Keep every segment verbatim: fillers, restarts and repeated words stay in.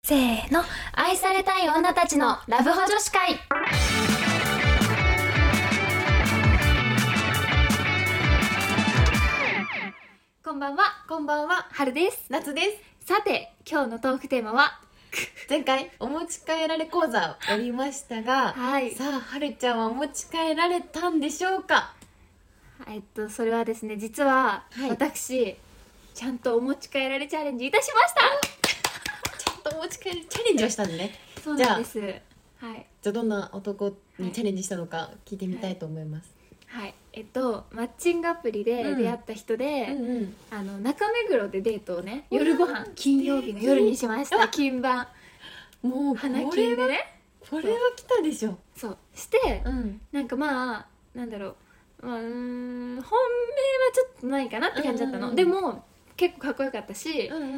せーの、愛されたい女たちのラブホ女子会。こんばんは。 こんばんは、 春です。 夏です。 さて、今日のトークテーマは前回お持ち帰られ講座をやりましたが、 はい、 さあ春ちゃんはお持ち帰られたんでしょうか。 えっとそれはですね、実は、はい、私ちゃんとお持ち帰られチャレンジいたしました。 ちゃんとお持ち帰りチャレンジをしたんでね。 そうなんです。はい。 じゃあどんな男にチャレンジしたのか聞いてみたいと思います。 はい、はい、えっとマッチングアプリで出会った人で、うんうんうん、あの中目黒でデートをね、夜ご飯金曜日の夜にしました。金晩、もう花金でね、 これは来たでしょ。 そうして、 うん、 なんかまあなんだろう、まあ、うーん本命はちょっとないかなって感じだったの、うんうんうん、でも結構かっこよかったし、うんうんうん、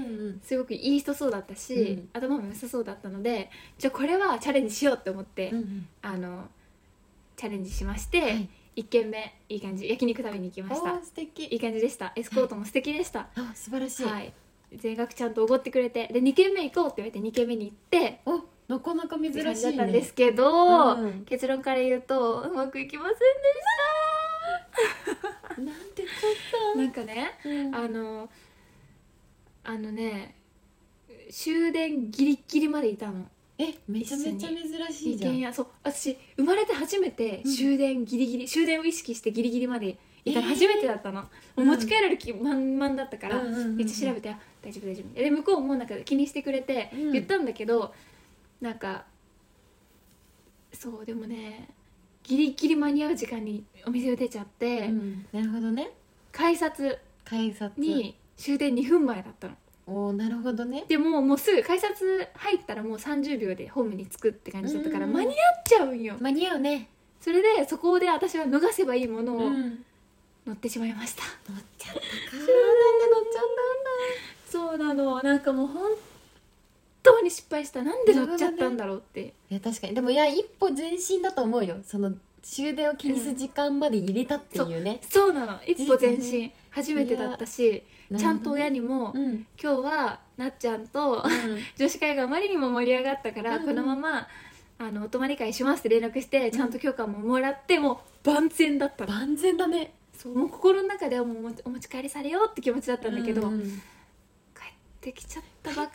すごくいい人そうだったし、うん、頭も良さそうだったので、じゃあこれはチャレンジしようって思って、うんうん、あのチャレンジしまして、はい、いっけんめいい感じ、焼肉食べに行きました。 素敵、 いい感じでした。エスコートも素敵でした、はい、 あ、素晴らしい、 はい、全額ちゃんとおごってくれて、でにけんめ行こうって言われてにけんめに行って、 お、なかなか珍しいねだったんですけど、うん、結論から言うとうまくいきませんでしたなんてちょっとなんかね、うん、あのあのね終電ギリギリまでいたの。 え、めちゃめちゃ珍しいじゃん。 いや、そう、私生まれて初めて終電ギリギリ、うん、終電を意識してギリギリまでいたの初めてだったの、えー、持ち帰られる気満々だったから、うんうんうん、めっちゃ調べて、あ、大丈夫大丈夫で、向こうもなんか気にしてくれて言ったんだけど、うん、なんかそうでもねギリギリ間に合う時間にお店を出ちゃって、うん、 なるほどね。 改札改札に終電にふんまえだったの。 おー、なるほどね。 でももうすぐ改札入ったらもうさんじゅうびょうでホームに着くって感じだったから間に合っちゃうんよ。 間に合うね。 それでそこで私は逃せばいいものを乗ってしまいました、 うん、乗っちゃったか。 知らないで乗っちゃったんだ。そうなの、なんかもう本当に失敗した。なんで乗っちゃったんだろうって、ね、 いや確かに。でもいや一歩前進だと思うよ。その終電を気にする時間まで入れたっていうね、 うん、そ, そうなの、一歩前進、初めてだったし、ちゃんと親にも、うん、今日はなっちゃんと、うん、女子会があまりにも盛り上がったから、うん、このままあのお泊まり会しますって連絡して、ちゃんと許可ももらって、もう万全だったの。 万全だね。 そう、もう心の中ではもうお持ち帰りされようって気持ちだったんだけど、うん、帰ってきちゃったバカだね。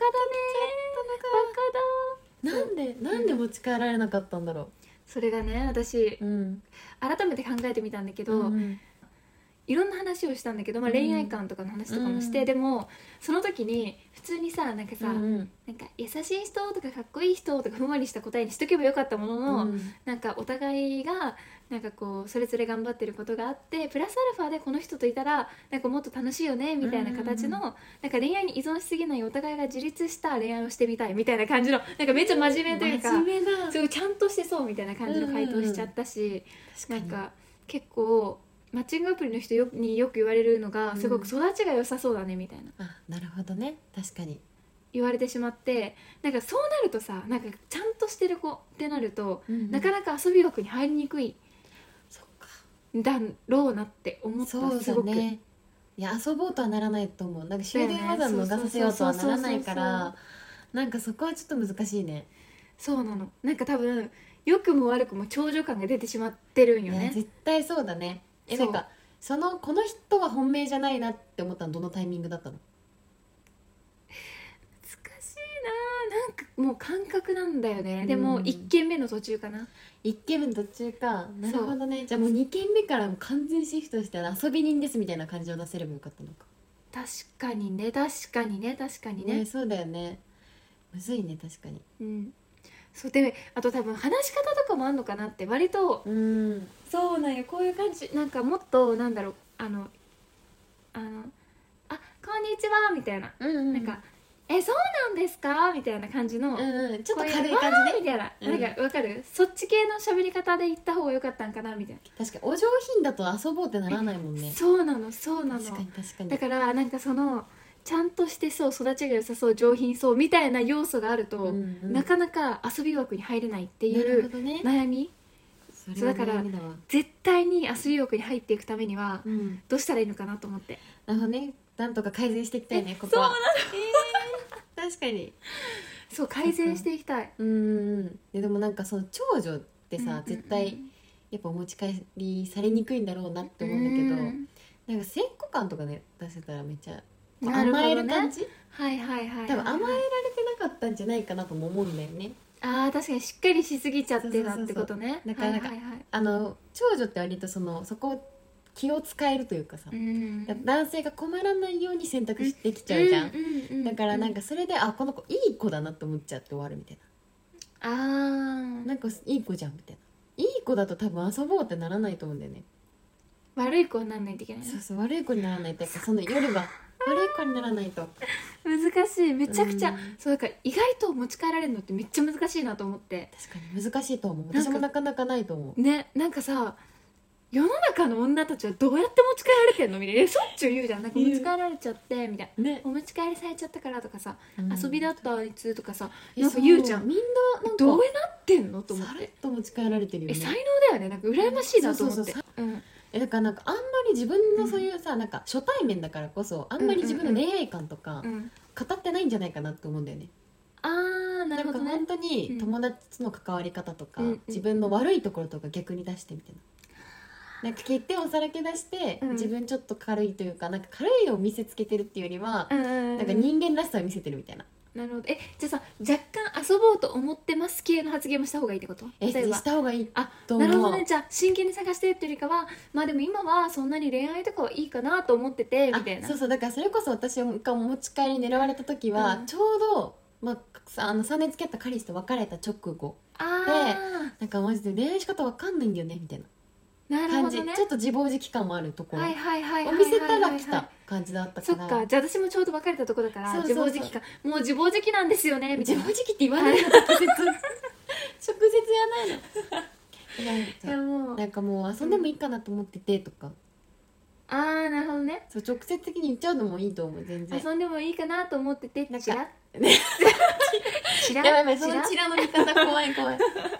バカだ。なんでなんで持ち帰られなかったんだろう。 それがね、私、うん、改めて考えてみたんだけど、うん、いろんな話をしたんだけど、まあ、恋愛観とかの話とかもして、うん、でもその時に普通にさ、なんかさ、うん、なんか優しい人とかかっこいい人とかふんわりした答えにしとけばよかったものの、うん、なんかお互いがなんかこうそれぞれ頑張ってることがあって、プラスアルファでこの人といたらなんかもっと楽しいよねみたいな形の、うん、なんか恋愛に依存しすぎないお互いが自立した恋愛をしてみたいみたいな感じの、なんかめっちゃ真面目というか、 真面目だ、 すごいちゃんとしてそうみたいな感じの回答しちゃったし、うん、なんか結構マッチングアプリの人によく言われるのが、すごく育ちが良さそうだねみたいな、 うん、あ、なるほどね、確かに言われてしまって、なんかそうなるとさ、なんかちゃんとしてる子ってなると、うんうん、なかなか遊び枠に入りにくいだろうなって思った。 そうだね、すごく。いや遊ぼうとはならないと思う。なんか終電わざ逃させようとはならないから、なんかそこはちょっと難しいね。 そうなの、なんか多分良くも悪くも長女感が出てしまってるんよね。 絶対そうだね。え、なんかそのこの人は本命じゃないなって思ったのどのタイミングだったの？ 難しいな、なんかもう感覚なんだよね、うん、でもいっけんめの途中かな。 いっけんめの途中か。なるほどね。じゃあもうにけんめからもう完全シフトして遊び人ですみたいな感じを出せればよかったのか。 確かにね、確かにね、確かに ね, ねそうだよね。むずいね、確かに。 うん、そうで、あと多分話し方とかもあんのかなって。割と、うん、そうなんよ、こういう感じ、なんかもっとなんだろう、あのあのあ、こんにちはみたいな、うんうん、なんかえ、そうなんですかみたいな感じの、うんうん、ちょっと軽い感じねみたいな、うん、なんかわかる、そっち系の喋り方で言った方が良かったんかなみたいな。 確かにお上品だと遊ぼうってならないもんね。 そうなの、そうなの。 確かに確かに。 だからなんかそのちゃんとしてそう、育ちが良さそう、上品そうみたいな要素があると、うんうん、なかなか遊び枠に入れないっていう悩み、ね、それは悩みだわ。そうだから絶対に遊び枠に入っていくためには、うん、どうしたらいいのかなと思って。 なるほどね、なんとか改善していきたいね、ここは。そうなの、えー、確かにそう改善していきたい。 うんうん。ででもなんかその長女ってさ、 うんうんうん、 絶対やっぱお持ち帰りされにくいんだろうなって思うんだけど、うん、なんかせんこかんとかね出せたらめっちゃ甘える感じ、ね、 はいはいはい、はい、 多分甘えられてなかったんじゃないかなとも思うんだよね。 あー確かにしっかりしすぎちゃってたってことね。 だからなんか、はいはいはい、あの長女って割とそのそこを気を使えるというかさ、うん、男性が困らないように選択できちゃうじゃん、うんうんうんうん、だからなんかそれであこの子いい子だなって思っちゃって終わるみたいな、あーなんかいい子じゃんみたいな、いい子だと多分遊ぼうってならないと思うんだよね。 悪い子にならないといけない、ね、 そうそう悪い子にならないとやっぱその夜は悪い子にならないと難しい、めちゃくちゃ、うん、そうだから意外と持ち帰られるのってめっちゃ難しいなと思って。 確かに難しいと思う。私もなかなかないと思うね。なんかさ世の中の女たちはどうやって持ち帰られてんのみたいな、しょっちゅう言うじゃん。なんか持ち帰られちゃってみたいな、ね、お持ち帰りされちゃったからとかさ、うん、遊びだったあいつとかさなんか言うじゃん。みんななんかどうなってんのと思って。さらっと持ち帰られてるよね。 え才能だよね。なんか羨ましいなと思って。 えだからなんかあんまり自分のそういうさ、うん、なんか初対面だからこそあんまり自分の恋愛観とか語ってないんじゃないかなって思うんだよね。 あーなるほどね。 なんか本当に友達との関わり方とか、うん、自分の悪いところとか逆に出してみたいな。なんか欠点をさらけ出して、うん、自分ちょっと軽いというかなんか軽いを見せつけてるっていうよりは、うんうんうん、なんか人間らしさを見せてるみたいな。 なるほど。えじゃあさ若干遊ぼうと思ってます系の発言もした方がいいってこと？ え例えばした方がいいと思う。あなるほどね。じゃあ真剣に探してっていうよりかはまあでも今はそんなに恋愛とかはいいかなと思っててみたいな。 そうそうだからそれこそ私が持ち帰り狙われた時は、うん、ちょうど、まあ、あのさんねん付き合った彼氏と別れた直後でなんかマジで恋愛仕方わかんないんだよねみたいな感じ、ね、ちょっと自暴自棄感もあるところを見せたら来た感じだったから。 そっかじゃあ私もちょうど別れたとこだから自暴自棄感もう自暴自棄なんですよねみたいな。 自暴自棄って言わないの直接直接言わないのいやもうなんかもう遊んでもいいかなと思っててとか、 うん、あーなるほどね。 そう直接的に言っちゃうのもいいと思う。全然遊んでもいいかなと思っててなんかチラチラやばいやばいそのチラの見方怖い怖い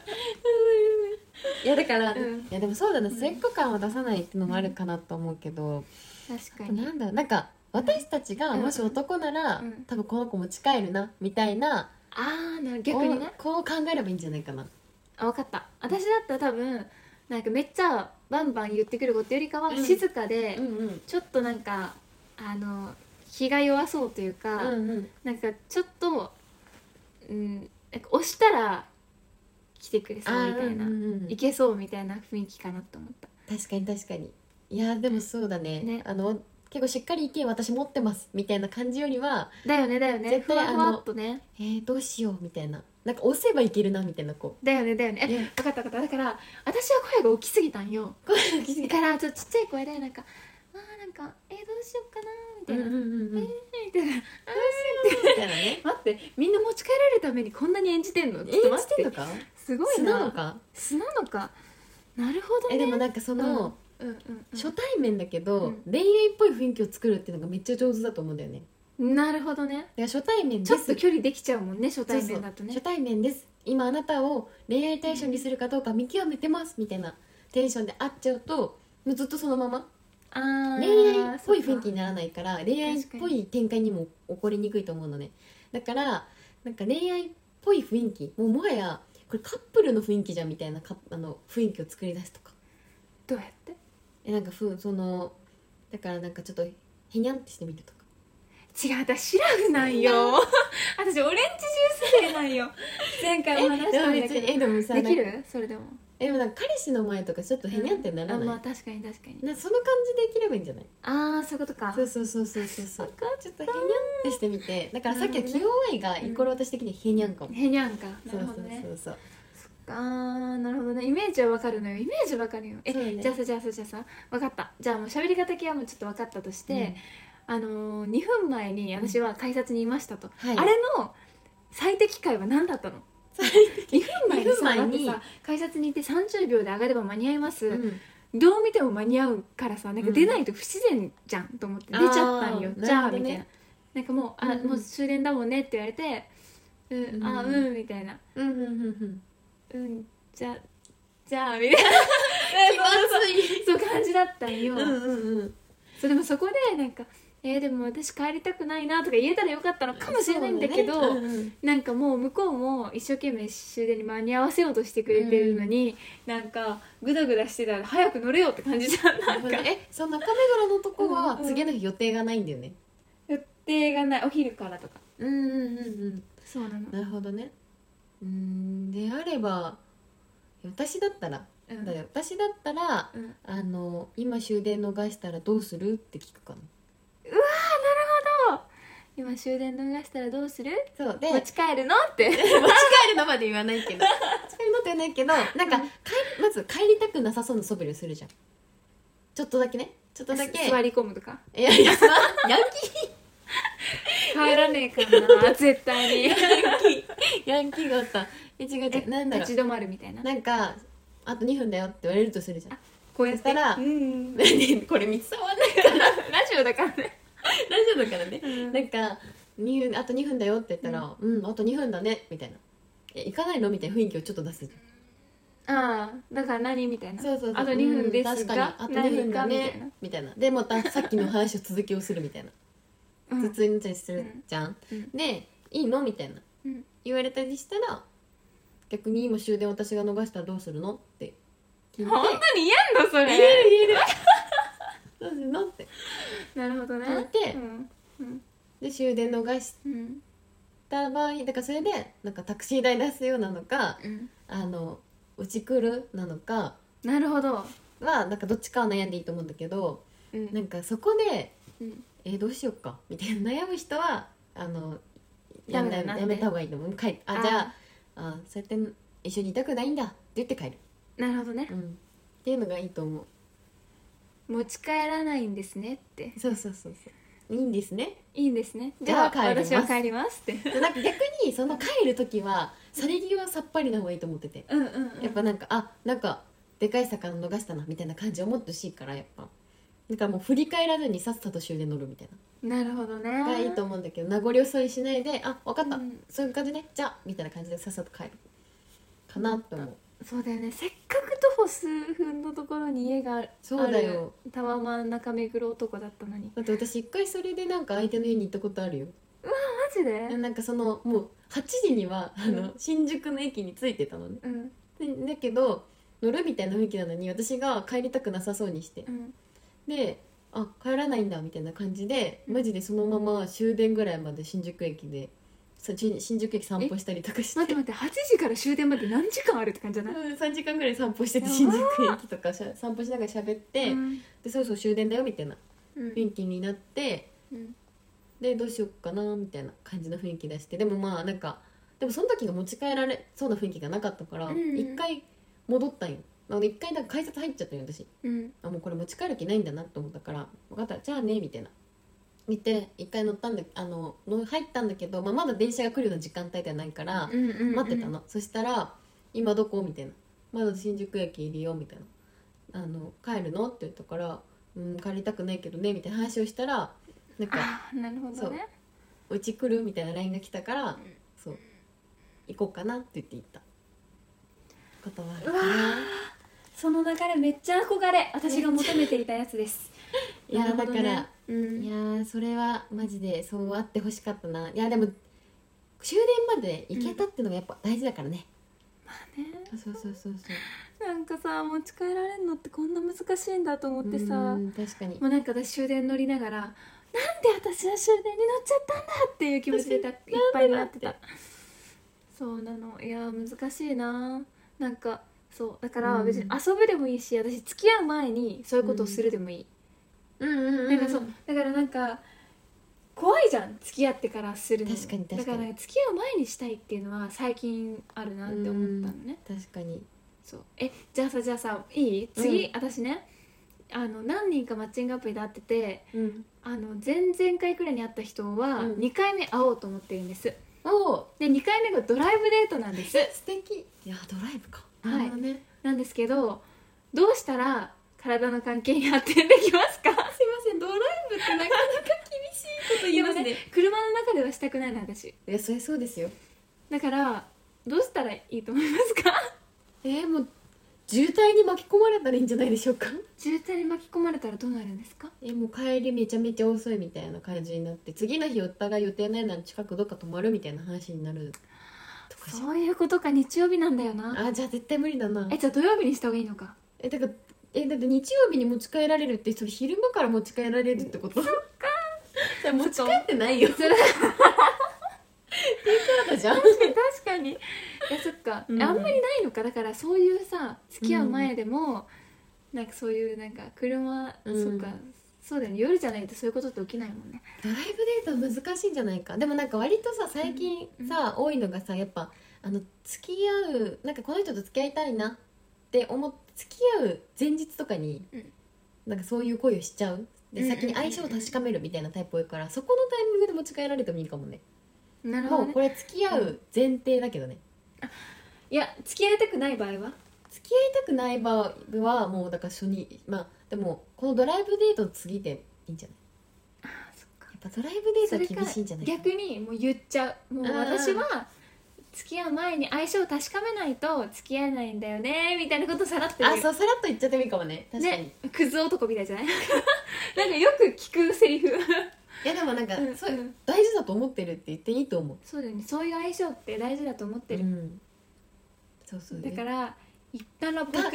いやだから、うん、いやでもそうだな末っ子感は出さないっていうのもあるかなと思うけど、 確かになんだなんか私たちがもし男なら、うん、多分この子も近いるなみたいな、 あーな逆にねこう考えればいいんじゃないかな。 あ分かった。私だったら多分なんかめっちゃバンバン言ってくることよりかは静かで、うんうんうん、ちょっとなんかあの気が弱そうというか、うんうん、なんかちょっと、うん、なんか押したら来てくれそうみたいな、うんうん、いけそうみたいな雰囲気かなと思った。 確かに確かに。いやでもそうだ ね, ねあの結構しっかり意見私持ってますみたいな感じよりはだよねだよね絶対ふわふわっとねえー、どうしようみたいななんか押せばいけるなみたいな子だよねだよね。え、ね、分かった分かった。だから私は声が大きすぎたんよ。声が大きすぎたからちょっとちっちゃい声でなんかあーなんかえー、どうしようかなみたいな、うんうんうん、えー、みたいなあーみたいなね待ってみんな持ち帰られるためにこんなに演じてんの？ちょっと待って演じてんのかすごいな。 素なのか素なのか。なるほどね。 えでもなんかその、うんうんうんうん、初対面だけど、うん、恋愛っぽい雰囲気を作るっていうのがめっちゃ上手だと思うんだよね。 なるほどね。 初対面です。 ちょっと距離できちゃうもんね初対面だとね。 そうそう初対面です。今あなたを恋愛対象にするかどうか見極めてますみたいなテンションで会っちゃうともうずっとそのままあ恋愛っぽい雰囲気にならないから恋愛っぽい展開にも起こりにくいと思うのね。だからなんか恋愛っぽい雰囲気もうもはやこれカップルの雰囲気じゃんみたいなかあの雰囲気を作り出すとか。 どうやってえなんかふそのだからなんかちょっとへにゃんってしてみるとか。 違う私シラフなんよ私オレンジジュース生なんよ前回も話したんだけどえでもさできるそれでもえでもなんか彼氏の前とかちょっとへにゃんってならない、うん、 あまあ確かに確かになその感じでできればいいんじゃない。 ああそういうことか。 そうそうそうそうそうそうちょっとへにゃんってしてみてだからさっきの気弱いがイコール私的にへにゃんかも、 うん、へにゃんかなるほどね。そうそうそうそうあーなるほどね。イメージは分かるのよ。イメージ分かるよ。え、ね、じゃあさじゃあさじゃあさ分かった。じゃあもう喋り方系はもうちょっと分かったとして、うん、あのー、にふんまえに私は改札にいましたと、はい、あれの最適解は何だったの？にふんまえにさ前にさ改札に行ってさんじゅうびょうで上がれば間に合います、うん、どう見ても間に合うからさなんか出ないと不自然じゃんと思って出ちゃったんよ、うん、じゃあ、ね、みたいななんかもう、あ、うん、もう終電だもんねって言われてうん、あうんみたいなうんうんうんうんうんじゃあじゃあみたいな気まずいそう感じだったんよ、うんうんうん、そうでもそこでなんかえー、でも私帰りたくないなとか言えたらよかったのかもしれないんだけど、ねうん、なんかもう向こうも一生懸命終電に間に合わせようとしてくれてるのに、うん、なんかグダグダしてたら早く乗れよって感じじゃん。なんかえその中目黒のとこは次の日予定がないんだよね、 うん、予定がないお昼からとか。 うんうんうんうんそうなの。 なるほどね。うんであれば私だったら、うん、だよ私だったら、うん、あの今終電逃したらどうするって聞くかな。 うわーなるほど。今終電逃したらどうする？ そうで持ち帰るのって持ち帰るのまで言わないけど持ち帰るのって言わないけどなんか、うん、帰まず帰りたくなさそうな素振りをするじゃん。ちょっとだけねちょっとだけ座り込むとか。 いやいやヤンキー帰らねえからな絶対にヤンキーヤンキーがあったえ違う違うなんだろう立ち止まるみたいな。 なんかあとにふんだよって言われるとするじゃん。 こうやってそしたら、うん、これ見伝わんないからラジオだからねラジオだからね、うん、なんかにふんあとにふんだよって言ったら、うん、うん、あとにふんだねみたいなえ行かないのみたいな雰囲気をちょっと出す。 ああだから何みたいな。 そうそうそうあとにふんですが、 うん、確かにあとにふんだねみたいなでまたさっきの話を続きをするみたいな頭痛になったりするじゃん、うん、でいいのみたいな、うん、言われたりしたら逆に今終電私が逃したらどうするのって聞いて本当に言えんのそれ。 言える言えるどうするのってなるほどね聞いて、うんうん、で終電逃した場合だからそれでなんかタクシー代出すようなのか、うん、あのうち来るなのかなるほどはなんかどっちかは悩んでいいと思うんだけど、うん、なんかそこで、うんえー、どうしようかみたいな悩む人はあのやめ, やめた方がいいと思う。帰あじゃああそうやって一緒にいたくないんだって言って帰る。 なるほどね、 うん、っていうのがいいと思う。持ち帰らないんですねって。 そうそうそうそういいんですねいいんですねじゃあ帰ります私は帰りますってなんか逆にその帰る時は去り際さっぱりな方がいいと思ってて、うんうんうん、やっぱなんかあなんかでかい魚逃したなみたいな感じを思ってほしいからやっぱなんかもう振り返らずにさっさと終電乗るみたいな。なるほどねがいいと思うんだけど名残遅いしないであ分かった、うん、そういう感じねじゃあみたいな感じでさっさと帰るかなと思う。 そうだよねせっかく徒歩数分のところに家があるそうだよタワマン中目黒男だったのに。 だって私一回それでなんか相手の家に行ったことあるよ。 うわマジで。 なんかそのもうはちじにはあの、うん、新宿の駅に着いてたのね、うん、でだけど乗るみたいな雰囲気なのに私が帰りたくなさそうにして、うん、であ帰らないんだみたいな感じでマジでそのまま終電ぐらいまで新宿駅で新宿駅散歩したりとかして。 待って待ってはちじから終電まで何時間あるって感じじゃない、 うん、さんじかんぐらい散歩してて新宿駅とか散歩しながら喋って、うん、でそろそろ終電だよみたいな雰囲気になって、うん、でどうしようかなみたいな感じの雰囲気出してでもまあなんかでもその時が持ち帰られそうな雰囲気がなかったから一、うん、回戻ったんよ。一回なんか改札入っちゃったよ私、うん、あもうこれ持ち帰る気ないんだなと思ったから分かったじゃあねみたいな見て一回乗ったんだあの入ったんだけど、まあ、まだ電車が来るような時間帯ではないから、うんうんうん、待ってたの。そしたら今どこみたいなまだ新宿駅いるよみたいなあの帰るのって言ったからうん帰りたくないけどねみたいな話をしたらなんかあなるほどねうち来るみたいな ライン が来たから、うん、そう行こうかなって言って行ったことはあるかな。 その流れめっちゃ憧れ私が求めていたやつですいや、ね、だから、うん、いやそれはマジでそうあってほしかったな。いやでも終電まで行けたっていうのがやっぱ大事だからね、 うん、まあねそうそうそうそうなんかさ持ち帰られるのってこんな難しいんだと思ってさうん確かにもうなんか私終電乗りながらなんで私は終電に乗っちゃったんだっていう気持ちでいっぱいになってた。そうなのいや難しいな。なんかそうだから別に遊ぶでもいいし私付き合う前にそういうことをするでもいい、うん、うんうんうんなんかそうだからなんか怖いじゃん付き合ってからするの。 確かに確かにだから付き合う前にしたいっていうのは最近あるなって思ったのね。 確かにそうえじゃあさじゃあさいい次、うん、私ねあの何人かマッチングアプリで会ってて、うん、あの前々回くらいに会った人はにかいめ会おうと思ってるんです、うん、でにかいめがドライブデートなんです。 素敵。いやドライブかはい、ね、なんですけどどうしたら体の関係に発展できますか？すいませんドライブってなかなか厳しいこと言いますね。ね車の中ではしたくないの私。 いやそりゃそうですよ。 だからどうしたらいいと思いますか？ えー、もう渋滞に巻き込まれたらいいんじゃないでしょうか。 渋滞に巻き込まれたらどうなるんですか？ えもう帰りめちゃめちゃ遅いみたいな感じになって、次の日お互い予定ないなら近くどっか泊まるみたいな話になるとか。 そういうことか。日曜日なんだよな。 あじゃあ絶対無理だな。 えじゃあ土曜日にした方がいいのか。 えだからえだって日曜日に持ち帰られるってそれ昼間から持ち帰られるってこと？そっかそれ持ち帰ってないよ。それテイクアウトじゃん。 確かに確かに。いやそっか、うん、あんまりないのか。だからそういうさ付き合う前でも、うん、なんかそういうなんか車、うん、そっかそうだよね。夜じゃないとそういうことって起きないもんね。 ドライブデート難しいんじゃないか。でもなんか割とさ最近さ、うん、多いのがさやっぱあの付き合うなんかこの人と付き合いたいなって思って付き合う前日とかに、うん、なんかそういう恋をしちゃうで先に相性を確かめるみたいなタイプ多いから、そこのタイミングで持ち帰られてもいいかもね。 なるほどね。 もうこれ付き合う前提だけどね、 うん、いや付き合いたくない場合は付き合いたくない場合はもうだから初にまあでもこのドライブデート次でいいんじゃない。 あそっか。 やっぱドライブデートは厳しいんじゃないか。 逆にもう言っちゃう。もう私は付き合う前に相性を確かめないと付き合えないんだよねみたいなことをさらってる。 あそうさらっと言っちゃってもいいかもね。確かに、 ね、クズ男みたいじゃないなんかよく聞くセリフいやでもなんか、うん、そういう大事だと思ってるって言っていいと思う。 そうだよね。そういう相性って大事だと思ってる、うん、 そうそう、 ね、だから一旦ラップいく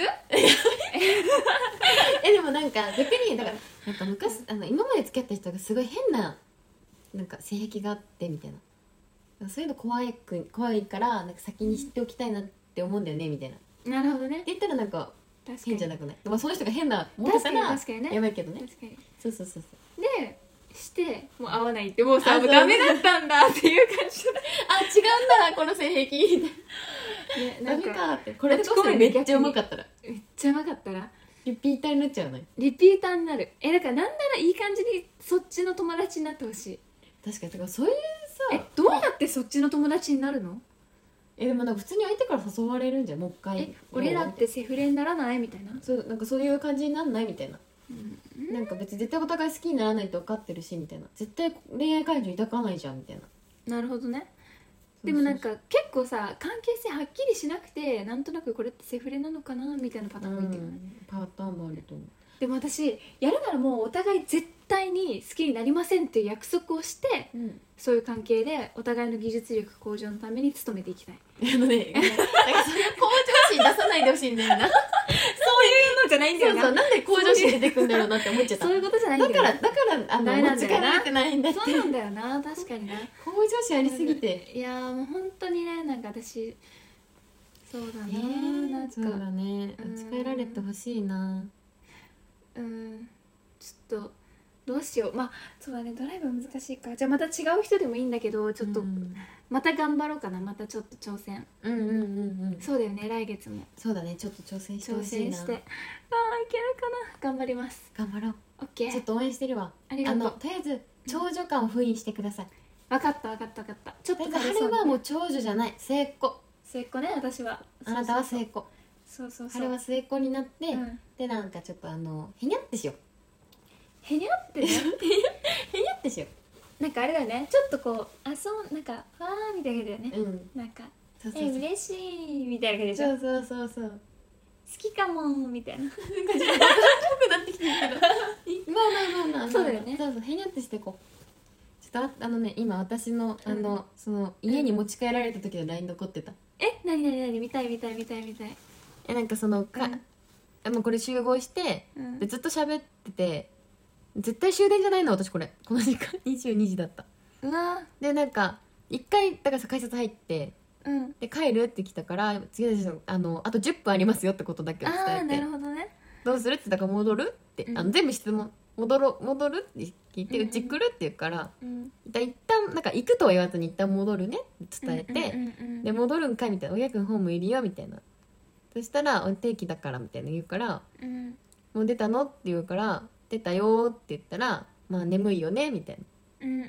えでもなんか逆にだからなんか昔あの今まで付き合った人がすごい変ななんか性癖があってみたいな、そういうの怖いく怖いからなんか先に知っておきたいなって思うんだよねみたいな。 なるほどね。って言ったらなんか変じゃなくない？まあその人が変な思ってたら確かにね。 やばいけどね。 確かに。 そうそうそうそう。 でしてもう合わないってもうさもうダメだったんだっていう感じであ違うんだこの性癖みたいな。ねダメかってこれでこそめっちゃうまかったらめっちゃうまかったらリピーターになっちゃうのよ。 リピーターになる。えだからなんならいい感じにそっちの友達になってほしい。 確かにだからそういうさえどうやってそっちの友達になるの？ えでもなんか普通に相手から誘われるんじゃんもう一回。 え俺らってセフレにならないみたいな。 そうなんかそういう感じになんないみたいな、うん、なんか別に絶対お互い好きにならないと分かってるしみたいな、絶対恋愛感情抱かないじゃんみたいな。 なるほどね。でもなんか結構さ関係性はっきりしなくてなんとなくこれってセフレなのかなみたいなパターンもいてる、うん、 パターンもあると思う。 でも私やるならもうお互い絶対に好きになりませんっていう約束をして、うん、そういう関係でお互いの技術力向上のために努めていきたい。 あのねなんかそれ向上心出さないでほしいんだよなそういうのじゃないんだよな。 そうそうなんで向上心出てくんだろうなって思っちゃったそういうことじゃないんだよ。 だからだからあの持ち帰られてないんだって。 そうなんだよな確かにな向上心ありすぎて。 いやもう本当にねなんか私そうだな、えー、 なんかそうだね持ち帰られてほしいな。 うんちょっとどうしよう。まあそうだねドライブは難しいか。じゃあまた違う人でもいいんだけどちょっと、うん、また頑張ろうかな。またちょっと挑戦。 うんうんうんうんそうだよね来月も。 そうだねちょっと挑戦してほしいな。 挑戦してああいけるかな。頑張ります。 頑張ろう。 オッケーちょっと応援してるわ。 ありがとう。 あのとりあえず長女感を封印してください。 分かった分かった分かった。ちょっと彼はもう長女じゃない末っ子。 末っ子ね私は。 あなたは末っ子。 そうそうそう。 彼は末っ子になって、うん、でなんかちょっとあのへにゃってしよう。 へにゃってねへにゃってしよう。なんかあれだよねちょっとこうあそうなんかわーみたいな感じだよね、うん、なんかそうそうそうえ嬉しいみたいな感じでしょ。 そうそうそうそう好きかもみたいななんかちょっと高くなってきてるけどまあまあまあまあそうだよね。 そうそうへにゃってしていこう。ちょっとあのね今私のあの、うん、その家に持ち帰られた時の ライン 残ってた。 えなになになに見たい見たい見たい見たい。 えなんかそのか、うん、もうこれ集合して、うん、でずっと喋ってて絶対終電じゃないの私これこの時間にじゅうにじだった。 うわでなんか一回だからさ改札入って、 うん、 で帰るって来たから次の人あのあとじゅっぷんありますよってことだけ伝えてあなるほどねどうするってだから戻るって、うん、あの全部質問戻ろ戻るって聞いて、うんうん、うち来るって言うから、うん、一旦なんか行くとは言わずに一旦戻るねって伝えて、うんうんうんうん、で戻るんかみたいな親くんホームいるよみたいなそしたら定期だからみたいな言うから、うん、もう出たのって言うから出たよって言ったらまあ眠いよねみたいな、うんうんうん、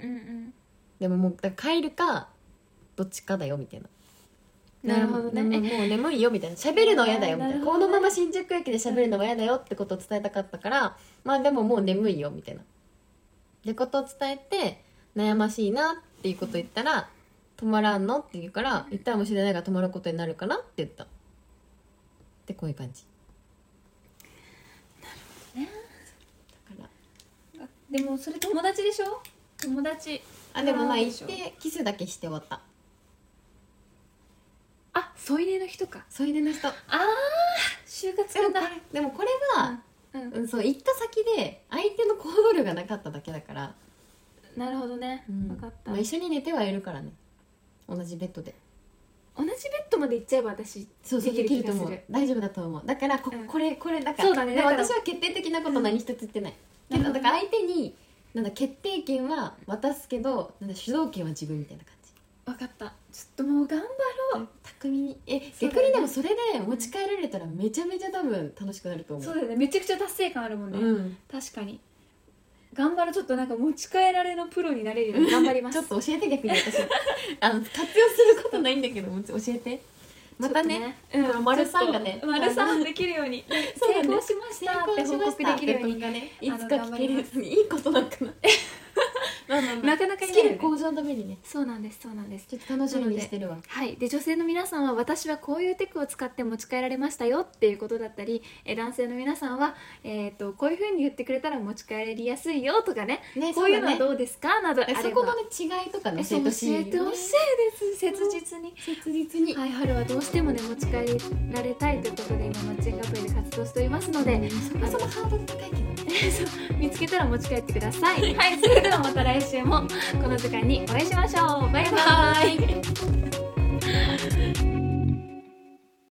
でももうだから帰るかどっちかだよみたいな。 なるほどね。 もう眠いよみたいな喋るのは嫌だよみたいな、このまま新宿駅で喋るのは嫌だよってことを伝えたかったから、まあでももう眠いよみたいなってことを伝えて悩ましいなっていうことを言ったら泊まらんのって言うから言ったらもしれないから泊まることになるかなって言ったでこういう感じ。 でもそれ友達でしょ。友達。 あでもまあ行ってキスだけして終わった。 あ、添い寝の人か。 添い寝の人。ああ就活くんだ。 でもこれは、うんうん、そう行った先で相手の行動量がなかっただけだから。 なるほどね、うん、分かった、まあ、 一緒に寝てはいるからね、同じベッドで。 同じベッドまで行っちゃえば私そうそうできると思う。大丈夫だと思う。だから こ,、うん、これこれだからそうだね。でも私は決定的なこと何一つ言ってない、うん、けどだから相手になんだ決定権は渡すけどなんだ主導権は自分みたいな感じ。 分かった。ちょっともう頑張ろう。 巧みにえ、ね、逆にでもそれで持ち帰られたらめちゃめちゃ多分楽しくなると思う。 そうだよね。めちゃくちゃ達成感あるもんね、うん、確かに頑張る。ちょっとなんか持ち帰られのプロになれるように頑張ります。 ちょっと教えて逆に私あの活用することないんだけど教えて。またね、ねうん、丸さんがね丸さんできるように成功しましたって報告できるようにね、いつか聞ける。いいことなんかななかなかスキル向上のためにね。 そうなんですそうなんです。 ちょっと楽しみにしてるわ。 はい。で女性の皆さんは私はこういうテクを使って持ち帰られましたよっていうことだったり、え男性の皆さんは、えー、とこういうふうに言ってくれたら持ち帰りやすいよとか ね, ねこういうのはどうですかなどあればそこの、ね、違いとかね教えてほしいよね。 教えてほしいです切実に切実に。 はい。春はどうしてもね持ち帰られたいということで今マッチングアプリで活動しておりますので、 そもそもハードル高いけどね見つけたら持ち帰ってくださいはい。それではまた来週もこの時間にお会いしましょう。バイバイ